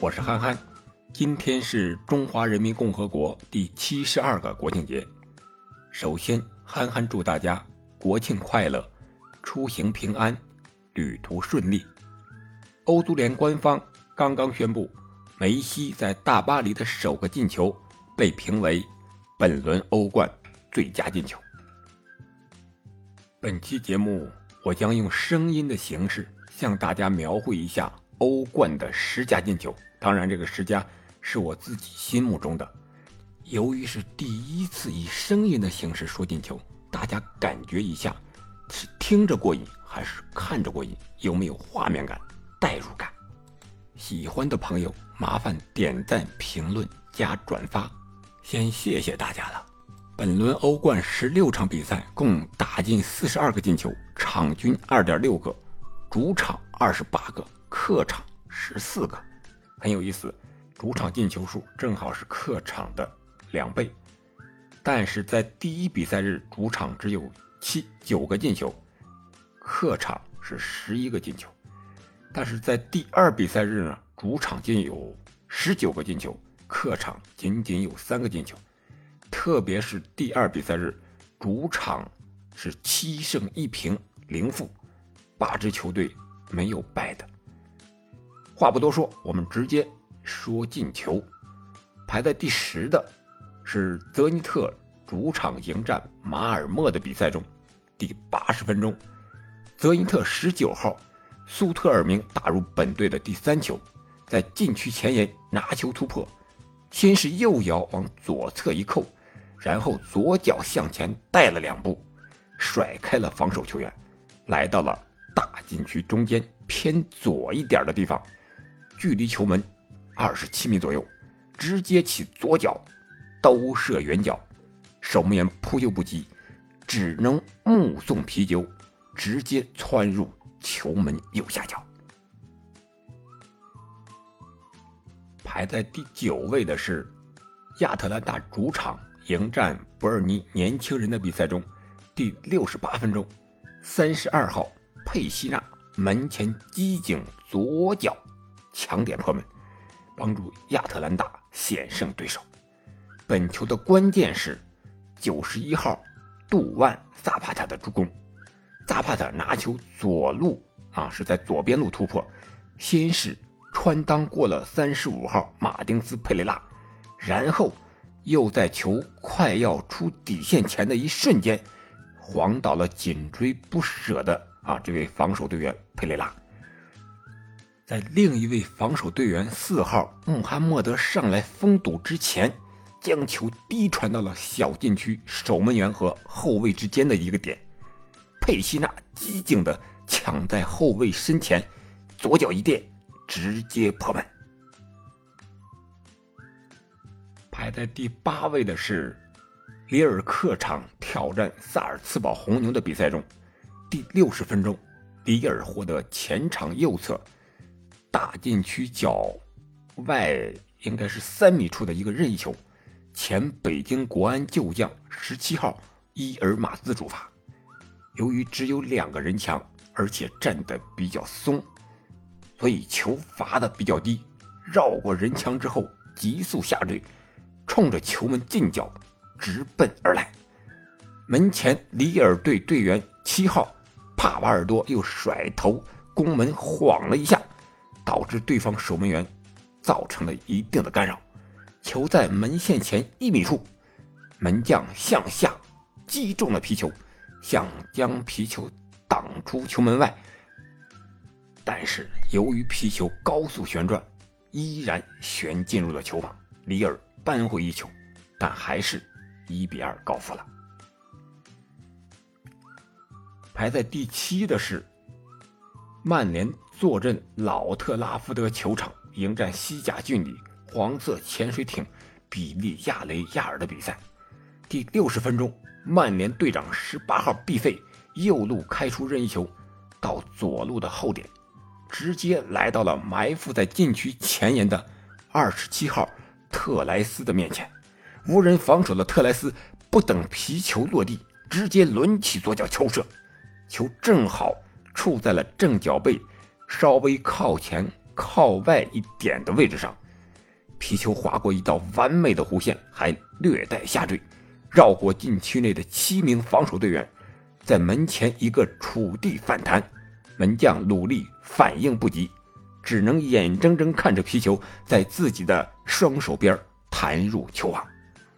我是憨憨。今天是中华人民共和国第72个国庆节。首先，憨憨祝大家国庆快乐，出行平安，旅途顺利。欧足联官方刚刚宣布，梅西在大巴黎的首个进球被评为本轮欧冠最佳进球。本期节目我将用声音的形式向大家描绘一下欧冠的10佳进球，当然这个10佳是我自己心目中的。由于是第一次以声音的形式说进球，大家感觉一下是听着过瘾还是看着过瘾，有没有画面感、代入感？喜欢的朋友麻烦点赞、评论加转发，先谢谢大家了。本轮欧冠16场比赛共打进42个进球，场均 2.6 个，主场28个，客场14个。很有意思，主场进球数正好是客场的2倍，但是在第一比赛日主场只有9个进球，客场是11个进球。但是在第二比赛日呢，主场仅有19个进球，客场仅有3个进球。特别是第二比赛日，主场是7胜1平0负，8支球队没有败的。话不多说，我们直接说进球。排在第10的是泽尼特主场迎战马尔默的比赛中，第80分钟，泽尼特19号苏特尔明打入本队的第3球，在禁区前沿拿球突破，先是右摇往左侧一扣，然后左脚向前带了2步，甩开了防守球员，来到了大禁区中间偏左一点的地方，距离球门27米左右，直接起左脚兜射远角，守门员扑救不及，只能目送皮球直接窜入球门右下角。排在第9位的是亚特兰大主场迎战伯尔尼年轻人的比赛中，第68分钟，32号佩西纳门前机警左脚抢点破门，帮助亚特兰大险胜对手。本球的关键是91号杜万萨帕塔的助攻。萨帕塔拿球左路是在左边路突破，先是穿裆过了35号马丁斯佩雷拉，然后又在球快要出底线前的一瞬间晃倒了紧追不舍的这位防守队员佩雷拉。在另一位防守队员4号穆罕默德上来封堵之前，将球低传到了小禁区守门员和后卫之间的一个点，佩西纳机警地抢在后卫身前，左脚一垫，直接破门。排在第8位的是里尔客场挑战萨尔茨堡红牛的比赛中，第60分钟，里尔获得前场右侧大禁区角外应该是3米处的一个任意球，前北京国安旧将17号伊尔马兹主罚。由于只有2个人墙，而且站得比较松，所以球罚得比较低，绕过人墙之后急速下坠，冲着球门近角直奔而来。门前里尔队队员7号帕瓦尔多又甩头攻门晃了一下，导致对方守门员造成了一定的干扰，球在门线前1米处，门将向下击中了皮球，想将皮球挡出球门外，但是由于皮球高速旋转，依然旋进入了球网，里尔扳回一球，但还是1-2告负了。排在第7的是曼联坐镇老特拉福德球场迎战西甲郡里黄色潜水艇比利亚雷亚尔的比赛，第60分钟，曼联队长18号毕费右路开出任意球到左路的后点，直接来到了埋伏在禁区前沿的27号特莱斯的面前，无人防守的特莱斯不等皮球落地，直接抡起左脚抽射，球正好触在了正脚背稍微靠前靠外一点的位置上，皮球划过一道完美的弧线，还略带下坠，绕过禁区内的7名防守队员，在门前一个触地反弹，门将努力反应不及，只能眼睁睁看着皮球在自己的双手边弹入球网。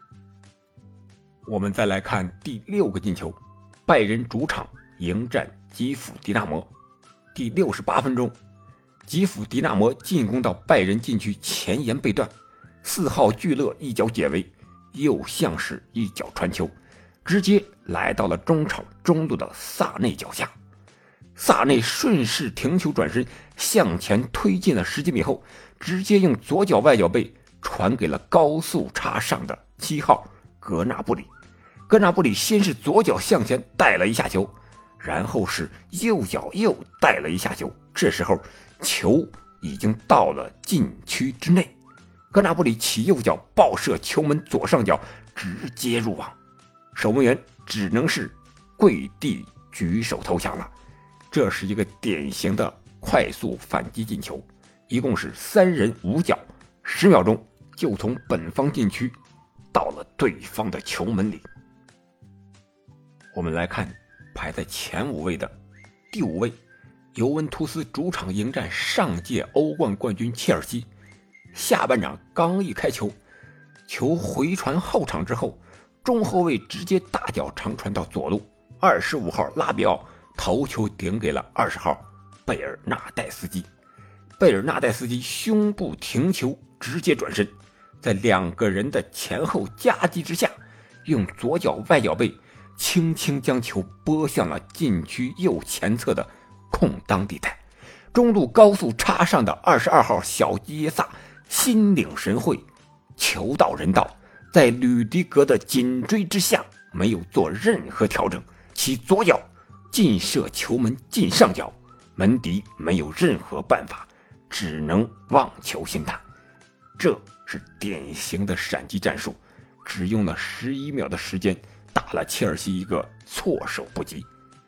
我们再来看第6个进球，拜仁主场迎战基辅迪纳摩。第68分钟，基辅迪纳摩进攻到拜仁禁区前沿被断，4号聚勒一脚解围，右向式一脚传球，直接来到了中场中路的萨内脚下。萨内顺势停球转身向前推进了10几米后，直接用左脚外脚背传给了高速插上的7号格纳布里。格纳布里先是左脚向前带了一下球，然后是右脚又带了一下球，这时候球已经到了禁区之内，格纳布里起右脚爆射球门左上角，直接入网，守门员只能是跪地举手投降了。这是一个典型的快速反击进球，一共是3人5脚，10秒钟就从本方禁区到了对方的球门里。我们来看排在前5位的第5位，尤文图斯主场迎战上届欧冠冠军切尔西。下半场刚一开球，球回传后场之后，中后卫直接大脚长传到左路，25号拉比奥头球顶给了20号贝尔纳代斯基。贝尔纳代斯基胸部停球，直接转身，在2个人的前后夹击之下，用左脚外脚背轻轻将球拨向了禁区右前侧的空当地带。中路高速插上的22号小基耶萨心领神会，球到人到，在吕迪格的紧追之下，没有做任何调整，其左脚劲射球门近上角，门迪没有任何办法，只能望球兴叹。这是典型的闪击战术，只用了11秒的时间，打了切尔西一个措手不及。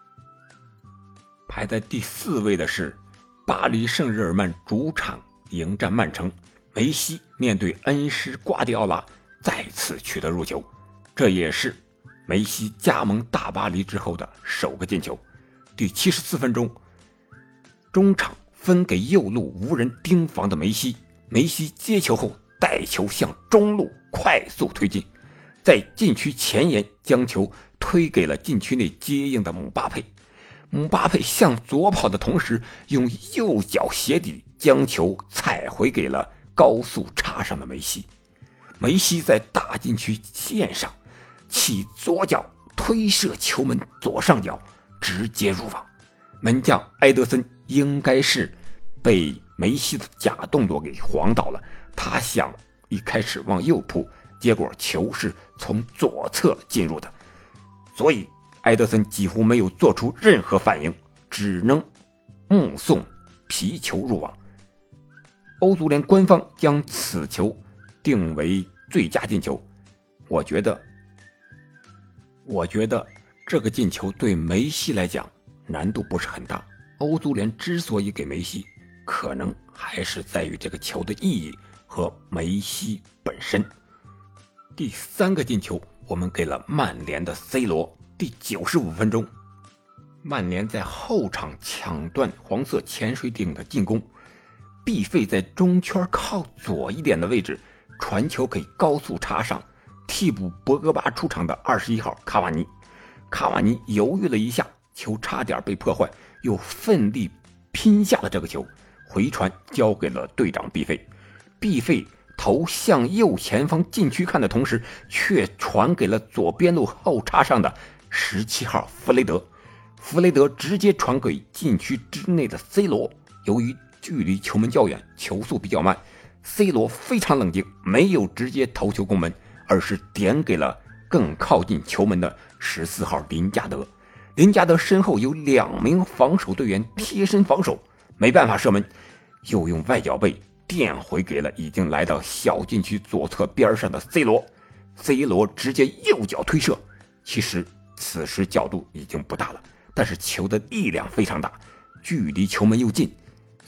排在第4位的是巴黎圣日耳曼主场迎战曼城，梅西面对恩师瓜迪奥拉再次取得入球，这也是梅西加盟大巴黎之后的首个进球。第74分钟，中场分给右路无人盯防的梅西，梅西接球后带球向中路快速推进，在禁区前沿将球推给了禁区内接应的姆巴佩。姆巴佩向左跑的同时，用右脚鞋底将球踩回给了高速插上的梅西。梅西在大禁区线上起左脚推射球门左上角，直接入网。门将埃德森应该是被梅西的假动作给晃倒了，他想一开始往右扑，结果球是从左侧进入的，所以埃德森几乎没有做出任何反应，只能目送皮球入网。欧足联官方将此球定为最佳进球。我觉得这个进球对梅西来讲难度不是很大。欧足联之所以给梅西，可能还是在于这个球的意义和梅西本身。第3个进球我们给了曼联的 C 罗。第95分钟，曼联在后场抢断黄色潜水艇的进攻，毕费在中圈靠左一点的位置传球给高速插上替补博格巴出场的21号卡瓦尼。卡瓦尼犹豫了一下，球差点被破坏，又奋力拼下了这个球，回传交给了队长毕费。毕费头向右前方禁区看的同时，却传给了左边路后插上的17号弗雷德。弗雷德直接传给禁区之内的 C 罗，由于距离球门较远，球速比较慢， C 罗非常冷静，没有直接头球攻门，而是点给了更靠近球门的14号林加德。林加德身后有2名防守队员贴身防守，没办法射门，又用外脚背垫回给了已经来到小禁区左侧边上的 C 罗。 C 罗直接右脚推射，其实此时角度已经不大了，但是球的力量非常大，距离球门又近，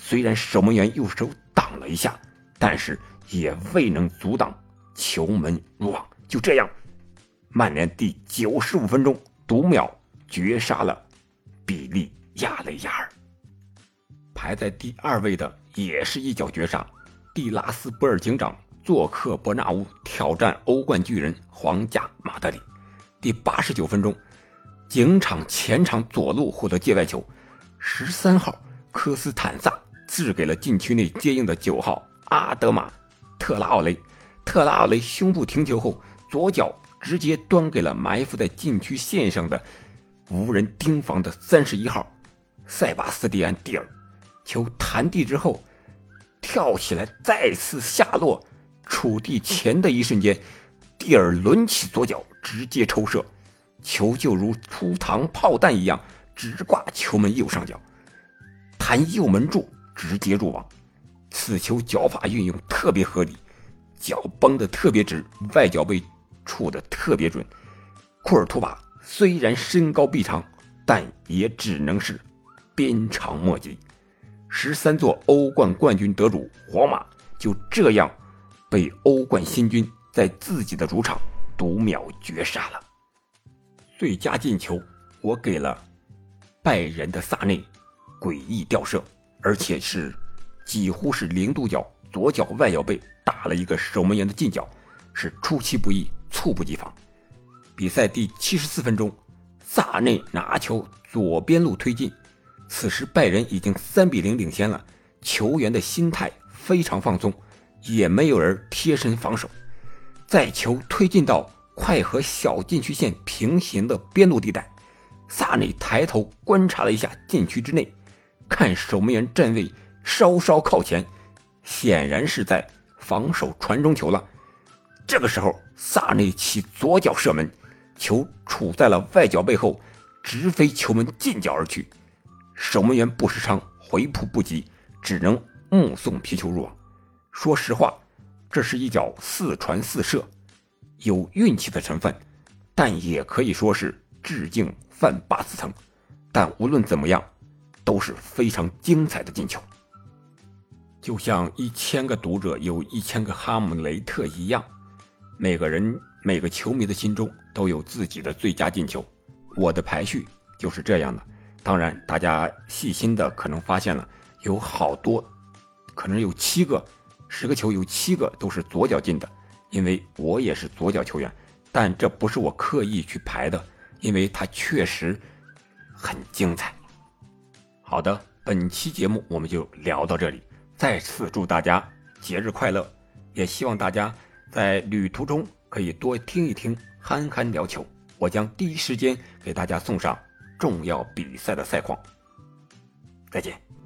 虽然守门员右手挡了一下，但是也未能阻挡球门入网。就这样，曼联第95分钟读秒绝杀了比利亚雷亚尔。排在第2位的也是一脚绝杀，蒂拉斯波尔警长做客伯纳乌挑战欧冠巨人皇家马德里。第89分钟，警场前场左路获得界外球，13号科斯坦萨掷给了禁区内接应的9号阿德马特拉奥雷。特拉奥雷胸部停球后，左脚直接端给了埋伏在禁区线上的无人盯防的31号塞巴斯蒂安蒂尔。球弹地之后跳起来再次下落，触地前的一瞬间，蒂尔抡起左脚直接抽射，球就如出膛炮弹一样直挂球门右上角，弹右门柱直接入网。此球脚法运用特别合理，脚绷得特别直，外脚背触得特别准。库尔图瓦虽然身高臂长，但也只能是鞭长莫及。13座欧冠冠军得主皇马就这样被欧冠新军在自己的主场读秒绝杀了。最佳进球我给了拜仁的萨内，诡异吊射，而且是几乎是0度角，左脚外脚背打了一个守门员的近角，是出其不意，猝不及防。比赛第74分钟，萨内拿球左边路推进，此时拜仁已经3-0领先了，球员的心态非常放松，也没有人贴身防守。在球推进到快和小禁区线平行的边路地带，萨内抬头观察了一下禁区之内，看守门员站位稍稍靠前，显然是在防守传中球了。这个时候萨内起左脚射门，球处在了外脚背后，直飞球门近角而去，守门员布什昌回扑不及，只能目送皮球入网。说实话，这是一脚4传4射，有运气的成分，但也可以说是致敬范巴斯滕。但无论怎么样，都是非常精彩的进球。就像1000个读者有1000个哈姆雷特一样，每个人每个球迷的心中都有自己的最佳进球。我的排序就是这样的。当然大家细心的可能发现了，有好多可能有7个10个球有7个都是左脚进的，因为我也是左脚球员，但这不是我刻意去排的，因为它确实很精彩。好的，本期节目我们就聊到这里，再次祝大家节日快乐，也希望大家在旅途中可以多听一听憨憨聊球，我将第一时间给大家送上重要比赛的赛况。再见。